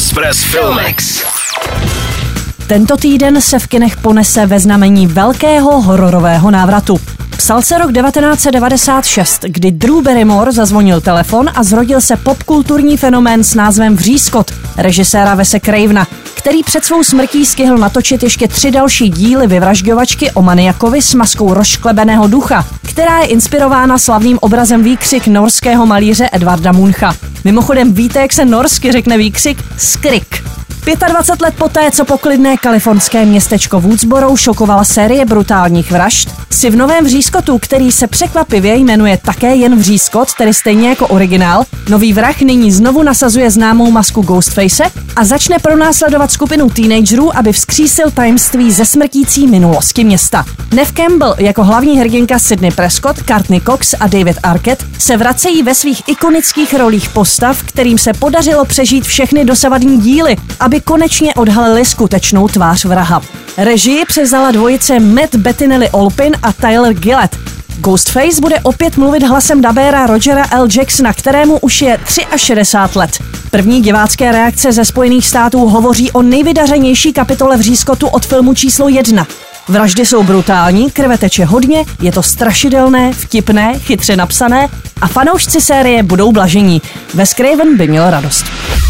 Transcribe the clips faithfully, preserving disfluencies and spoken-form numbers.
Express Filmex. Tento týden se v kinech ponese ve znamení velkého hororového návratu. Psal se rok devatenáct set devadesát šest, kdy Drew Barrymore zazvonil telefon a zrodil se popkulturní fenomén s názvem Vřískot režiséra Wese Cravena, který před svou smrtí stihl natočit ještě tři další díly vyvražďovačky o maniakovi s maskou rozšklebeného ducha, která je inspirována slavným obrazem výkřik norského malíře Edvarda Muncha. Mimochodem, víte, jak se norsky řekne výkřik? Skrik. dvacet pět let poté, co poklidné kalifornské městečko Woodsboro šokovala série brutálních vražd, si v novém Vřískotu, který se překvapivě jmenuje také jen Vřískot, tedy stejně jako originál, nový vrah nyní znovu nasazuje známou masku Ghostface a začne pronásledovat skupinu teenagerů, aby vzkřísil tajemství ze smrtící minulosti města. Neve Campbell jako hlavní hrdinka Sidney Prescott, Courtney Cox a David Arquette se vracejí ve svých ikonických rolích postav, kterým se podařilo přežít všechny dosavadní díly, aby konečně odhalili skutečnou tvář vraha. Režii převzala dvojice Matt Bettinelli-Olpin a Tyler Gillett. Ghostface bude opět mluvit hlasem dabéra Rogera L. Jacksona, kterému už je šedesát tři let. První divácké reakce ze Spojených států hovoří o nejvydařenější kapitole Vřískotu od filmu číslo jedna. Vraždy jsou brutální, krve teče hodně, je to strašidelné, vtipné, chytře napsané a fanoušci série budou blažení. Wes Craven by měl radost.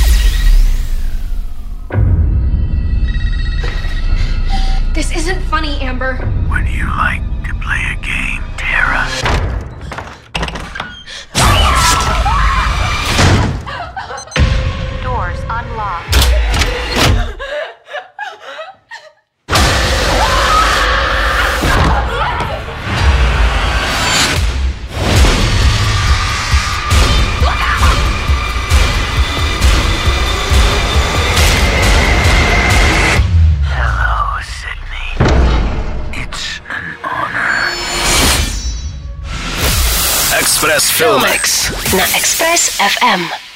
This isn't funny, Amber. When you like to play a game, Tara. Doors unlocked. Express Filmex na Express F M.